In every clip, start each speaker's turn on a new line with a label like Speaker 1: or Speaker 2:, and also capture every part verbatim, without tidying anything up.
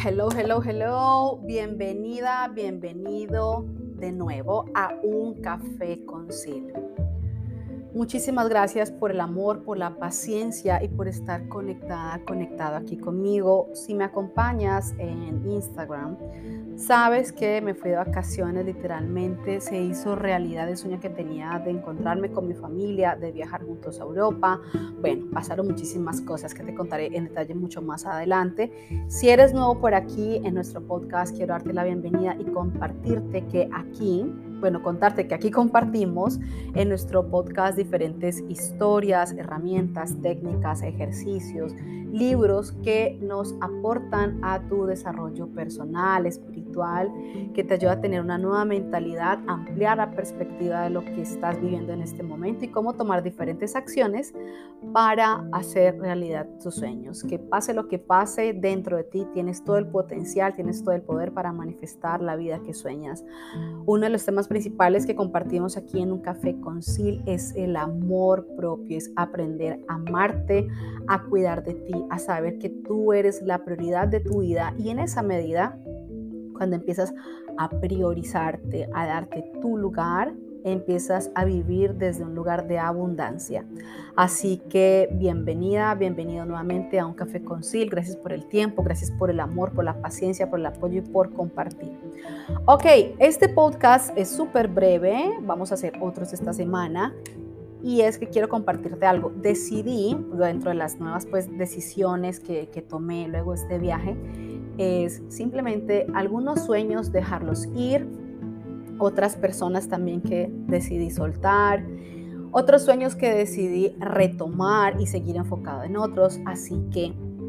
Speaker 1: Hello, hello, hello. Bienvenida, bienvenido de nuevo a Un Café con Sil. Muchísimas gracias por el amor, por la paciencia y por estar conectada, conectado aquí conmigo. Si me acompañas en Instagram, sabes que me fui de vacaciones, literalmente se hizo realidad el sueño que tenía de encontrarme con mi familia, de viajar juntos a Europa. Bueno, pasaron muchísimas cosas que te contaré en detalle mucho más adelante. Si eres nuevo por aquí en nuestro podcast, quiero darte la bienvenida y compartirte que aquí, bueno, contarte que aquí compartimos en nuestro podcast diferentes historias, herramientas, técnicas, ejercicios, libros que nos aportan a tu desarrollo personal, espiritual, que te ayuda a tener una nueva mentalidad, ampliar la perspectiva de lo que estás viviendo en este momento y cómo tomar diferentes acciones para hacer realidad tus sueños. Que pase lo que pase dentro de ti, tienes todo el potencial, tienes todo el poder para manifestar la vida que sueñas. Uno de los temas principales que compartimos aquí en Un Café con Sil es el amor propio, es aprender a amarte, a cuidar de ti, a saber que tú eres la prioridad de tu vida y en esa medida, cuando empiezas a priorizarte, a darte tu lugar, empiezas a vivir desde un lugar de abundancia. Así que bienvenida, bienvenido nuevamente a Un Café con Sil. Gracias por el tiempo, gracias por el amor, por la paciencia, por el apoyo y por compartir. Ok, este podcast es súper breve, vamos a hacer otros esta semana y es que quiero compartirte algo. Decidí, dentro de las nuevas pues, decisiones que, que tomé luego de este viaje, es simplemente algunos sueños dejarlos ir, otras personas también que decidí soltar, otros sueños que decidí retomar y seguir enfocado en otros. Así que,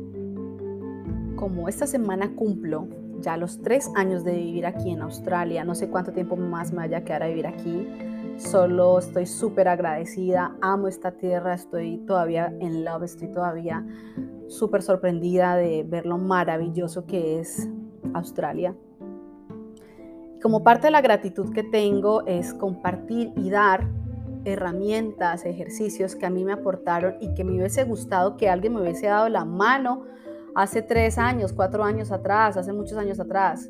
Speaker 1: como esta semana cumplo ya los tres años de vivir aquí en Australia, no sé cuánto tiempo más me vaya a quedar a vivir aquí, solo estoy súper agradecida, amo esta tierra, estoy todavía en love, estoy todavía súper sorprendida de ver lo maravilloso que es Australia. Como parte de la gratitud que tengo es compartir y dar herramientas, ejercicios que a mí me aportaron y que me hubiese gustado que alguien me hubiese dado la mano hace tres años, cuatro años atrás, hace muchos años atrás.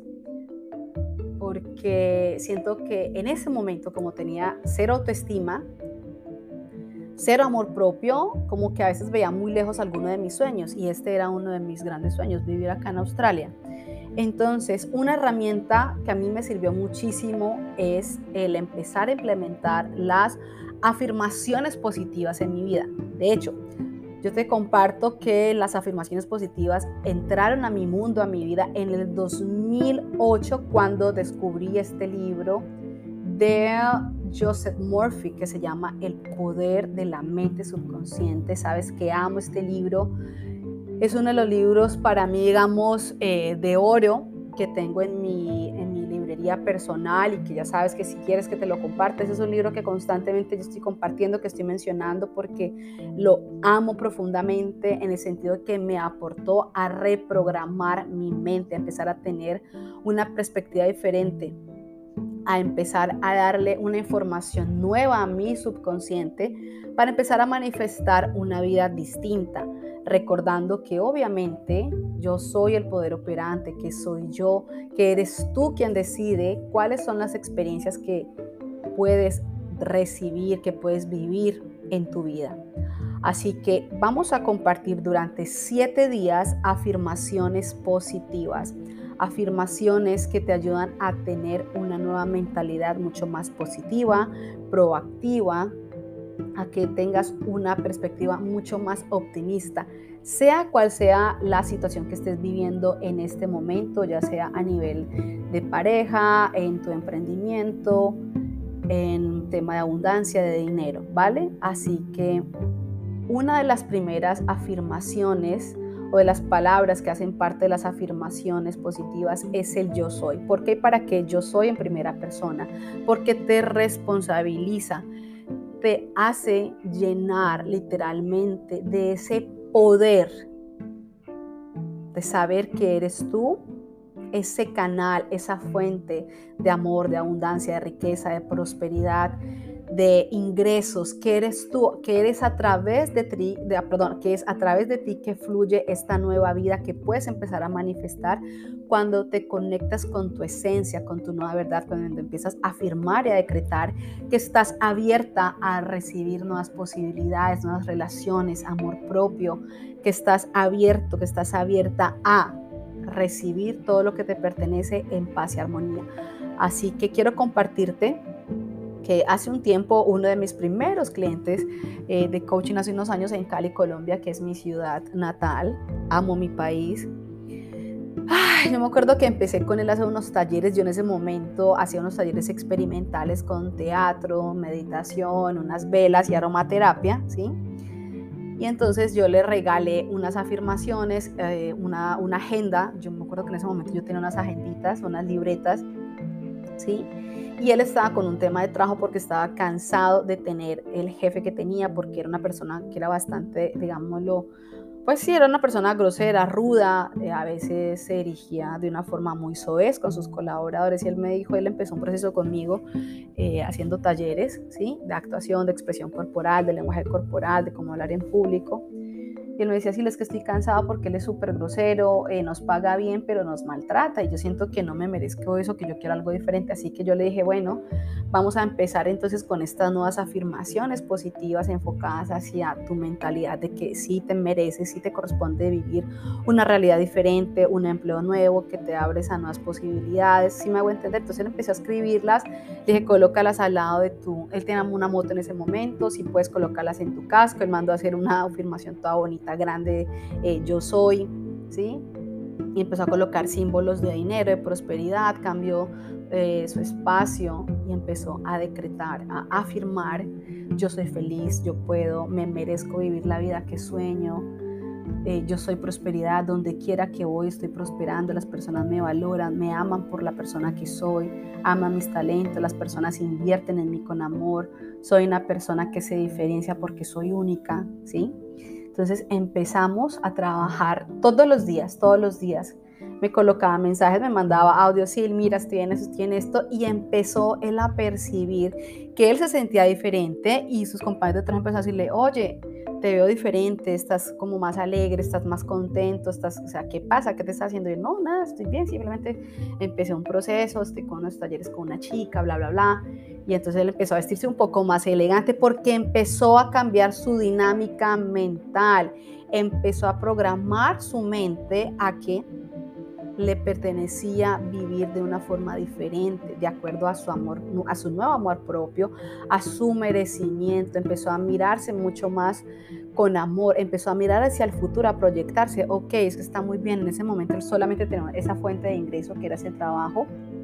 Speaker 1: Porque siento que en ese momento, como tenía cero autoestima, cero amor propio, como que a veces veía muy lejos alguno de mis sueños y este era uno de mis grandes sueños, vivir acá en Australia. Entonces, una herramienta que a mí me sirvió muchísimo es el empezar a implementar las afirmaciones positivas en mi vida. De hecho, yo te comparto que las afirmaciones positivas entraron a mi mundo, a mi vida en el dos mil ocho cuando descubrí este libro de Joseph Murphy que se llama El poder de la mente subconsciente. Sabes que amo este libro. Es uno de los libros para mí, digamos, eh, de oro que tengo en mi, en mi librería personal y que ya sabes que si quieres que te lo compartes, es un libro que constantemente yo estoy compartiendo, que estoy mencionando porque lo amo profundamente en el sentido de que me aportó a reprogramar mi mente, a empezar a tener una perspectiva diferente, a empezar a darle una información nueva a mi subconsciente para empezar a manifestar una vida distinta, recordando que obviamente yo soy el poder operante, que soy yo, que eres tú quien decide cuáles son las experiencias que puedes recibir, que puedes vivir en tu vida. Así que vamos a compartir durante siete días afirmaciones positivas, afirmaciones que te ayudan a tener una nueva mentalidad mucho más positiva, proactiva, a que tengas una perspectiva mucho más optimista, sea cual sea la situación que estés viviendo en este momento, ya sea a nivel de pareja, en tu emprendimiento, en tema de abundancia, de dinero, ¿vale? Así que una de las primeras afirmaciones o de las palabras que hacen parte de las afirmaciones positivas es el yo soy. ¿Por qué? Para que yo soy en primera persona, porque te responsabiliza, te hace llenar literalmente de ese poder de saber que eres tú, ese canal, esa fuente de amor, de abundancia, de riqueza, de prosperidad, de ingresos, que eres tú, que eres a través de ti, de, perdón, que es a través de ti que fluye esta nueva vida que puedes empezar a manifestar cuando te conectas con tu esencia, con tu nueva verdad, cuando empiezas a afirmar y a decretar que estás abierta a recibir nuevas posibilidades, nuevas relaciones, amor propio, que estás abierto, que estás abierta a recibir todo lo que te pertenece en paz y armonía. Así que quiero compartirte que hace un tiempo uno de mis primeros clientes eh, de coaching hace unos años en Cali, Colombia, que es mi ciudad natal, amo mi país. Ay, yo me acuerdo que empecé con él a hacer unos talleres, yo en ese momento hacía unos talleres experimentales con teatro, meditación, unas velas y aromaterapia, ¿sí? Y entonces yo le regalé unas afirmaciones, eh, una, una agenda, yo me acuerdo que en ese momento yo tenía unas agenditas, unas libretas, ¿sí? Y él estaba con un tema de trabajo porque estaba cansado de tener el jefe que tenía, porque era una persona que era bastante, digámoslo, pues sí, era una persona grosera, ruda, eh, a veces se erigía de una forma muy soez con sus colaboradores. Y él me dijo, él empezó un proceso conmigo eh, haciendo talleres, ¿sí? De actuación, de expresión corporal, de lenguaje corporal, de cómo hablar en público. Y él me decía, sí, es que estoy cansado porque él es súper grosero, eh, nos paga bien, pero nos maltrata. Y yo siento que no me merezco eso, que yo quiero algo diferente. Así que yo le dije, bueno, vamos a empezar entonces con estas nuevas afirmaciones positivas enfocadas hacia tu mentalidad de que sí te mereces, sí te corresponde vivir una realidad diferente, un empleo nuevo, que te abres a nuevas posibilidades. ¿Sí me hago entender? Entonces él empezó a escribirlas. Le dije, colócalas al lado de tu... Él tenía una moto en ese momento, si puedes colocarlas en tu casco. Él mandó a hacer una afirmación toda bonita, grande, eh, yo soy, ¿sí? Y empezó a colocar símbolos de dinero, de prosperidad, cambió eh, su espacio y empezó a decretar, a afirmar, yo soy feliz, yo puedo, me merezco vivir la vida que sueño, eh, yo soy prosperidad, donde quiera que voy estoy prosperando, las personas me valoran, me aman por la persona que soy, aman mis talentos, las personas invierten en mí con amor, soy una persona que se diferencia porque soy única, ¿sí? Entonces empezamos a trabajar todos los días, todos los días. Me colocaba mensajes, me mandaba audios, sí, mira, estoy en esto, estoy en esto, y empezó él a percibir que él se sentía diferente y sus compañeros de trabajo empezaron a decirle, oye, te veo diferente, estás como más alegre, estás más contento, estás, o sea, ¿qué pasa? ¿Qué te está haciendo? Y yo, no, nada, estoy bien, simplemente empecé un proceso, estoy con unos talleres con una chica, bla, bla, bla. Y entonces él empezó a vestirse un poco más elegante porque empezó a cambiar su dinámica mental, empezó a programar su mente a que le pertenecía vivir de una forma diferente, de acuerdo a su amor, a su nuevo amor propio, a su merecimiento. Empezó a mirarse mucho más con amor, empezó a mirar hacia el futuro, a proyectarse. Ok, eso está muy bien. En ese momento él solamente tenía esa fuente de ingreso que era ese trabajo.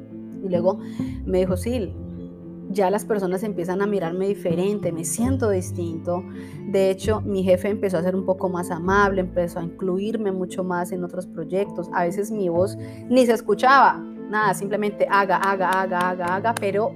Speaker 1: Y luego me dijo, sí, ya las personas empiezan a mirarme diferente, me siento distinto. De hecho, mi jefe empezó a ser un poco más amable, empezó a incluirme mucho más en otros proyectos. A veces mi voz ni se escuchaba, nada, simplemente haga, haga, haga, haga, haga, pero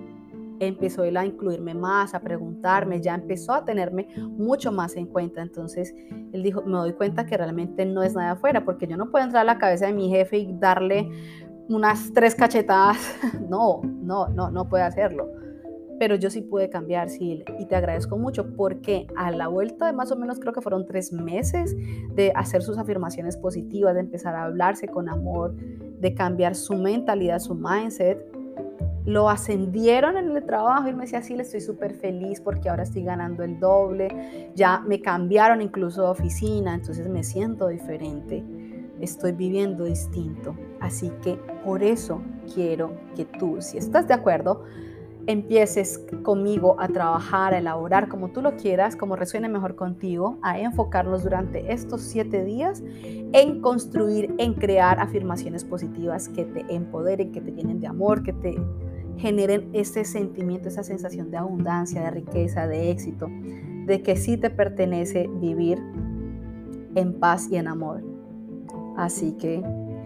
Speaker 1: empezó él a incluirme más, a preguntarme, ya empezó a tenerme mucho más en cuenta. Entonces él dijo, me doy cuenta que realmente no es nada afuera, porque yo no puedo entrar a la cabeza de mi jefe y darle unas tres cachetadas, no, no, no, no puede hacerlo, pero yo sí pude cambiar, sí, y te agradezco mucho porque a la vuelta de más o menos creo que fueron tres meses de hacer sus afirmaciones positivas, de empezar a hablarse con amor, de cambiar su mentalidad, su mindset, lo ascendieron en el trabajo y me decía, sí, le estoy súper feliz porque ahora estoy ganando el doble, ya me cambiaron incluso de oficina, entonces me siento diferente, estoy viviendo distinto. Así que por eso quiero que tú, si estás de acuerdo, empieces conmigo a trabajar, a elaborar como tú lo quieras, como resuene mejor contigo, a enfocarnos durante estos siete días en construir, en crear afirmaciones positivas que te empoderen, que te llenen de amor, que te generen ese sentimiento, esa sensación de abundancia, de riqueza, de éxito, de que sí te pertenece vivir en paz y en amor. Así que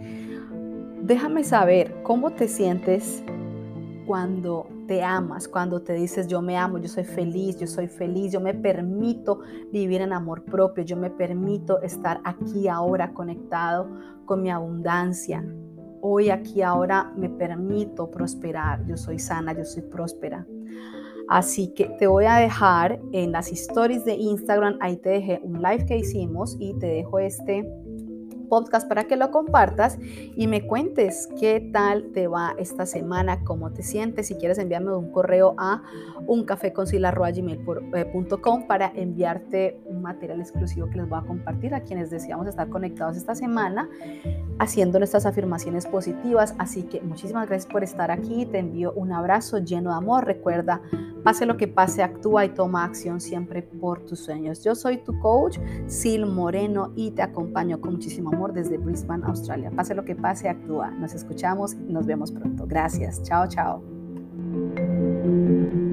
Speaker 1: déjame saber cómo te sientes cuando te amas, cuando te dices yo me amo, yo soy feliz, yo soy feliz, yo me permito vivir en amor propio, yo me permito estar aquí ahora conectado con mi abundancia. Hoy aquí ahora me permito prosperar, yo soy sana, yo soy próspera. Así que te voy a dejar en las stories de Instagram, ahí te dejé un live que hicimos y te dejo este podcast para que lo compartas y me cuentes qué tal te va esta semana, cómo te sientes. Si quieres enviarme un correo a uncafeconcil arroba gmail punto com para enviarte un material exclusivo que les voy a compartir a quienes deseamos estar conectados esta semana haciendo nuestras afirmaciones positivas. Así que muchísimas gracias por estar aquí, te envío un abrazo lleno de amor. Recuerda, pase lo que pase, actúa y toma acción siempre por tus sueños. Yo soy tu coach, Sil Moreno, y te acompaño con muchísimo amor desde Brisbane, Australia. Pase lo que pase, actúa. Nos escuchamos y nos vemos pronto. Gracias. Chao, chao.